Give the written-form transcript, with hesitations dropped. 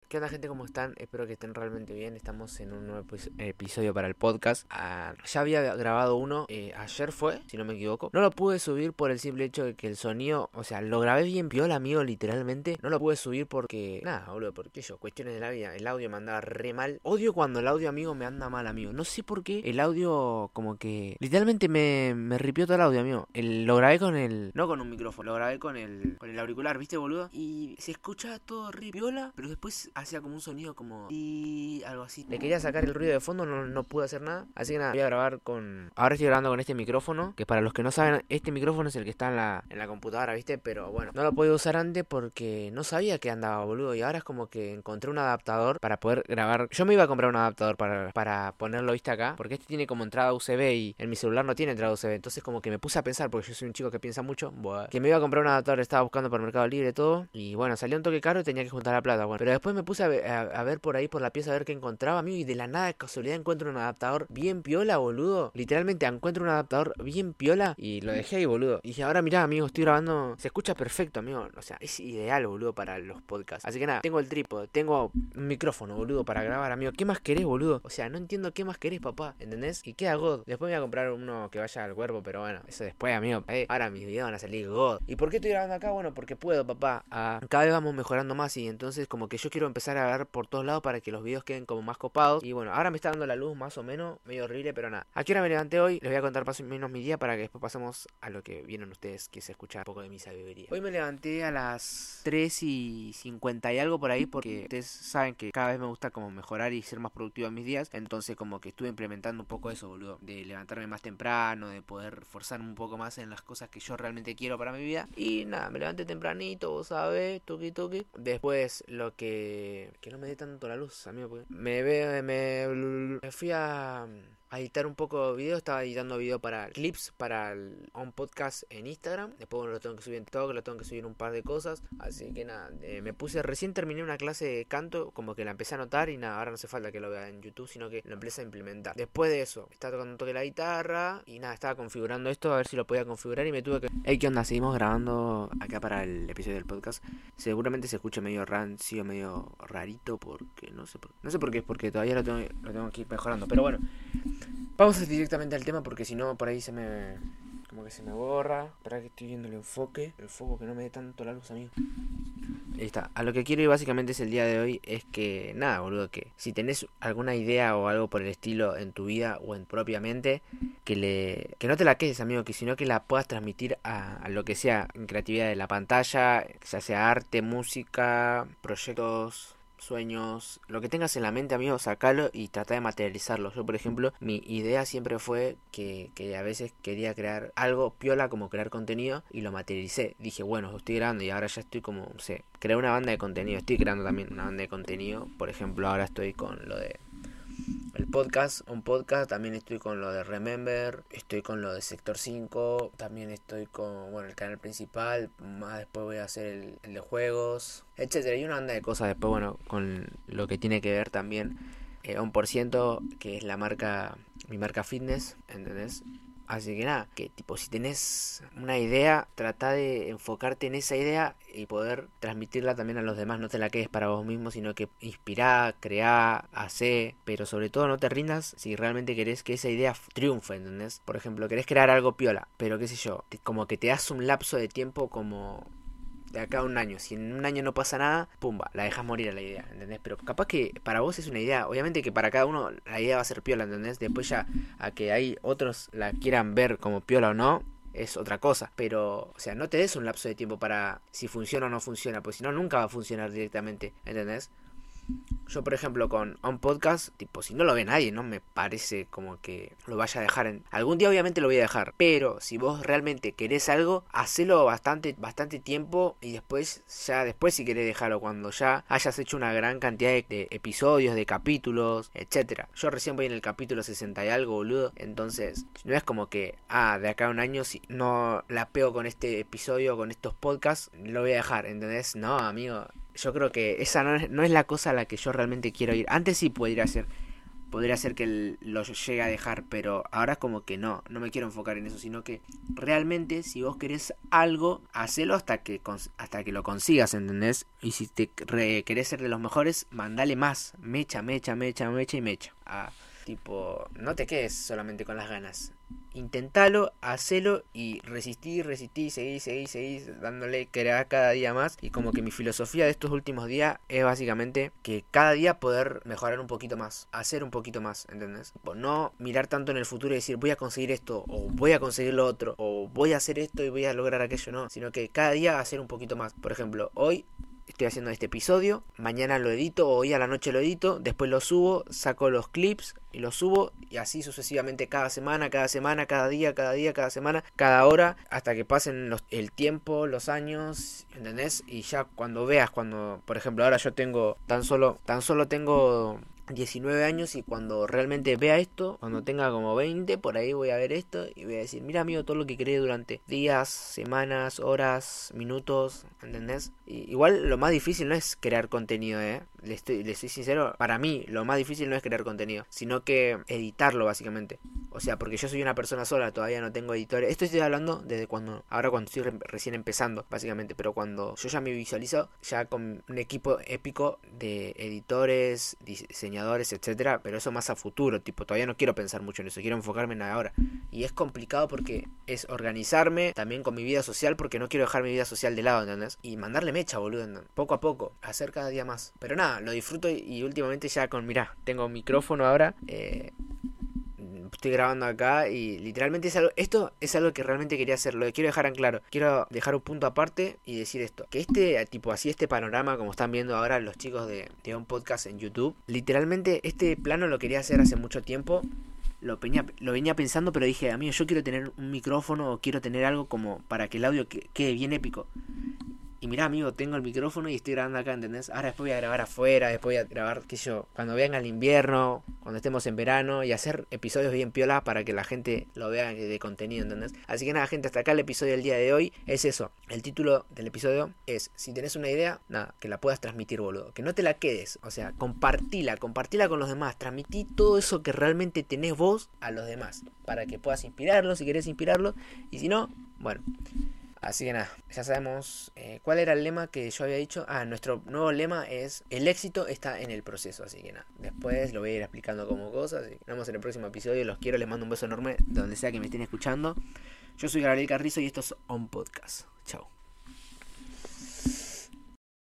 ¿Qué onda, gente? ¿Cómo están? Espero que estén realmente bien. Estamos en un nuevo episodio para el podcast. Ya había grabado uno, ayer fue, si no me equivoco. No lo pude subir por el simple hecho de que el sonido, o sea, lo grabé bien piola, amigo, literalmente. No lo pude subir porque, nada, boludo, porque yo, cuestiones de la vida. El audio me andaba re mal. Odio cuando el audio, amigo, me anda mal, amigo. No sé por qué el audio, como que, literalmente me ripió todo el audio, amigo. Lo grabé con el, no con un micrófono, lo grabé con el auricular, ¿viste, boludo? Y se escucha todo re piola, pero después hacía como un sonido como y algo así. Le quería sacar el ruido de fondo, no pude hacer nada. Así que nada, voy a grabar con... Ahora estoy grabando con este micrófono, que para los que no saben, este micrófono es el que está en la computadora, ¿viste? Pero bueno, no lo podía usar antes porque no sabía que andaba, boludo. Y ahora es como que encontré un adaptador para poder grabar. Yo me iba a comprar un adaptador para ponerlo, ¿viste? Acá, porque este tiene como entrada USB y en mi celular no tiene entrada USB. Entonces como que me puse a pensar, porque yo soy un chico que piensa mucho, que me iba a comprar un adaptador, estaba buscando por Mercado Libre y todo. Y bueno, salió un toque caro y tenía que juntar la plata. Bueno, pero después me puse a ver por ahí por la pieza a ver qué encontraba, amigo. Y de la nada, de casualidad, encuentro un adaptador bien piola, boludo. Literalmente encuentro un adaptador bien piola y lo dejé ahí, boludo. Y dije, ahora mirá, amigo, estoy grabando. Se escucha perfecto, amigo. O sea, es ideal, boludo, para los podcasts. Así que nada, tengo el trípode, tengo un micrófono, boludo, para grabar, amigo. ¿Qué más querés, boludo? O sea, no entiendo qué más querés, papá. ¿Entendés? Y queda God. Después me voy a comprar uno que vaya al cuerpo, pero bueno, eso después, amigo. Ahora mis videos van a salir God. ¿Y por qué estoy grabando acá? Bueno, porque puedo, papá. Cada vez vamos mejorando más y entonces como que yo quiero empezar a ver por todos lados para que los videos queden como más copados. Y bueno, ahora me está dando la luz más o menos, medio horrible, pero nada. ¿A qué hora me levanté hoy? Les voy a contar más o menos mi día para que después pasemos a lo que vienen ustedes, que se escucha un poco de mi sabiduría. Hoy me levanté a las 3:50 y algo por ahí porque ustedes saben que cada vez me gusta como mejorar y ser más productivo en mis días. Entonces como que estuve implementando un poco eso, boludo. De levantarme más temprano, de poder forzarme un poco más en las cosas que yo realmente quiero para mi vida. Y nada, me levanté tempranito, vos sabés, tuki tuki. Después lo que no me dé tanto la luz, amigo, porque me fui a editar un poco de video. Estaba editando video para clips para un podcast en Instagram. Después bueno, lo tengo que subir en TikTok, lo tengo que subir un par de cosas. Así que nada, me puse, recién terminé una clase de canto, como que la empecé a notar y nada, ahora no hace falta que lo vea en YouTube, sino que lo empecé a implementar. Después de eso, estaba tocando un toque la guitarra y nada, estaba configurando esto, a ver si lo podía configurar y me tuve que... Hey, ¿qué onda? Seguimos grabando acá para el episodio del podcast. Seguramente se escucha medio rancio, medio rarito, porque no sé por qué, es porque todavía lo tengo que ir mejorando. Pero bueno, vamos directamente al tema porque si no por ahí como que se me borra. Espera que estoy viendo el enfoque. El foco que no me dé tanto la luz, amigo. Ahí está. A lo que quiero ir básicamente es el día de hoy. Es que nada, boludo, que si tenés alguna idea o algo por el estilo en tu vida o en propiamente, que no te la quedes, amigo, que sino que la puedas transmitir a lo que sea en creatividad de la pantalla, ya sea arte, música, proyectos, sueños, lo que tengas en la mente, amigo, sacalo y trata de materializarlo. Yo, por ejemplo, mi idea siempre fue que a veces quería crear algo piola como crear contenido y lo materialicé. Dije, bueno, estoy grabando y ahora ya estoy como, no sé, creé una banda de contenido. Estoy creando también una banda de contenido. Por ejemplo, ahora estoy con lo de el podcast, un podcast, también estoy con lo de Remember, estoy con lo de Sector 5, también estoy con, bueno, el canal principal, más después voy a hacer el de juegos, etcétera, y una banda de cosas después, bueno, con lo que tiene que ver también 1%, que es mi marca fitness, ¿entendés? Así que nada, que tipo si tenés una idea, trata de enfocarte en esa idea y poder transmitirla también a los demás. No te la quedes para vos mismo, sino que inspirá, creá, hacé, pero sobre todo no te rindas si realmente querés que esa idea triunfe, ¿entendés? Por ejemplo, querés crear algo piola, pero qué sé yo, como que te das un lapso de tiempo como de acá a un año. Si en un año no pasa nada, pumba, la dejas morir a la idea, ¿entendés? Pero capaz que para vos es una idea. Obviamente que para cada uno la idea va a ser piola, ¿entendés? Después ya a que hay otros la quieran ver como piola o no, es otra cosa. Pero, o sea, no te des un lapso de tiempo para si funciona o no funciona, pues si no, nunca va a funcionar directamente, ¿entendés? Yo, por ejemplo, con un podcast, tipo, si no lo ve nadie, no me parece como que lo vaya a dejar en... Algún día obviamente lo voy a dejar, pero si vos realmente querés algo, hacelo bastante tiempo y después si querés dejarlo, cuando ya hayas hecho una gran cantidad de episodios, de capítulos, etcétera. Yo recién voy en el capítulo 60 y algo, boludo, entonces no es como que, de acá a un año, si no la pego con este episodio, con estos podcasts, lo voy a dejar, ¿entendés? No, amigo. Yo creo que esa no es la cosa a la que yo realmente quiero ir. Antes sí podría ser podría ser que lo llegue a dejar, pero ahora es como que no me quiero enfocar en eso, sino que realmente si vos querés algo, hacelo hasta que lo consigas, ¿entendés? Y si te querés ser de los mejores, mandale más, mecha. Tipo, no te quedes solamente con las ganas. Intentalo, hacelo y resistí, seguí dándole cada día más. Y como que mi filosofía de estos últimos días es básicamente que cada día poder mejorar un poquito más, hacer un poquito más, ¿entendés? No mirar tanto en el futuro y decir voy a conseguir esto, o voy a conseguir lo otro, o voy a hacer esto y voy a lograr aquello, no. Sino que cada día hacer un poquito más. Por ejemplo, hoy estoy haciendo este episodio, mañana lo edito, hoy a la noche lo edito, después lo subo, saco los clips y los subo, y así sucesivamente cada semana, cada día, cada semana, cada hora, hasta que pasen el tiempo, los años, ¿entendés? Y ya cuando veas, por ejemplo, ahora yo tengo, tan solo tengo 19 años, y cuando realmente vea esto, cuando tenga como 20, por ahí voy a ver esto y voy a decir, mira amigo, todo lo que creé durante días, semanas, horas, minutos, ¿entendés? Y igual lo más difícil no es crear contenido, le soy sincero, para mí lo más difícil no es crear contenido, sino que editarlo básicamente. O sea, porque yo soy una persona sola, todavía no tengo editores. Esto estoy hablando desde cuando estoy recién empezando, básicamente. Pero cuando yo ya me visualizo ya con un equipo épico de editores, diseñadores, etcétera. Pero eso más a futuro, tipo, todavía no quiero pensar mucho en eso, quiero enfocarme en ahora. Y es complicado porque es organizarme también con mi vida social, porque no quiero dejar mi vida social de lado, ¿entendés? Y mandarle mecha, boludo, ¿entendés? Poco a poco, hacer cada día más. Pero nada, lo disfruto y últimamente ya tengo un micrófono ahora, estoy grabando acá y literalmente esto es algo que realmente quería hacer, lo que quiero dejar en claro. Quiero dejar un punto aparte y decir esto, que este panorama como están viendo ahora los chicos de un podcast en YouTube, literalmente este plano lo quería hacer hace mucho tiempo. Lo venía pensando, pero dije, amigo, yo quiero tener un micrófono o quiero tener algo como para que el audio quede bien épico. Y mirá, amigo, tengo el micrófono y estoy grabando acá, ¿entendés? Ahora después voy a grabar afuera, después voy a grabar, cuando venga el invierno, cuando estemos en verano, y hacer episodios bien piolas para que la gente lo vea de contenido, ¿entendés? Así que nada, gente, hasta acá el episodio del día de hoy es eso. El título del episodio es, si tenés una idea, nada, que la puedas transmitir, boludo. Que no te la quedes, o sea, compartila con los demás. Transmití todo eso que realmente tenés vos a los demás, para que puedas inspirarlos si querés inspirarlos, y si no, bueno. Así que nada, ya sabemos cuál era el lema que yo había dicho. Nuestro nuevo lema es: el éxito está en el proceso. Así que nada, después lo voy a ir explicando como cosas. Nos vemos en el próximo episodio. Los quiero, les mando un beso enorme de donde sea que me estén escuchando. Yo soy Gabriel Carrizo y esto es On Podcast. Chao.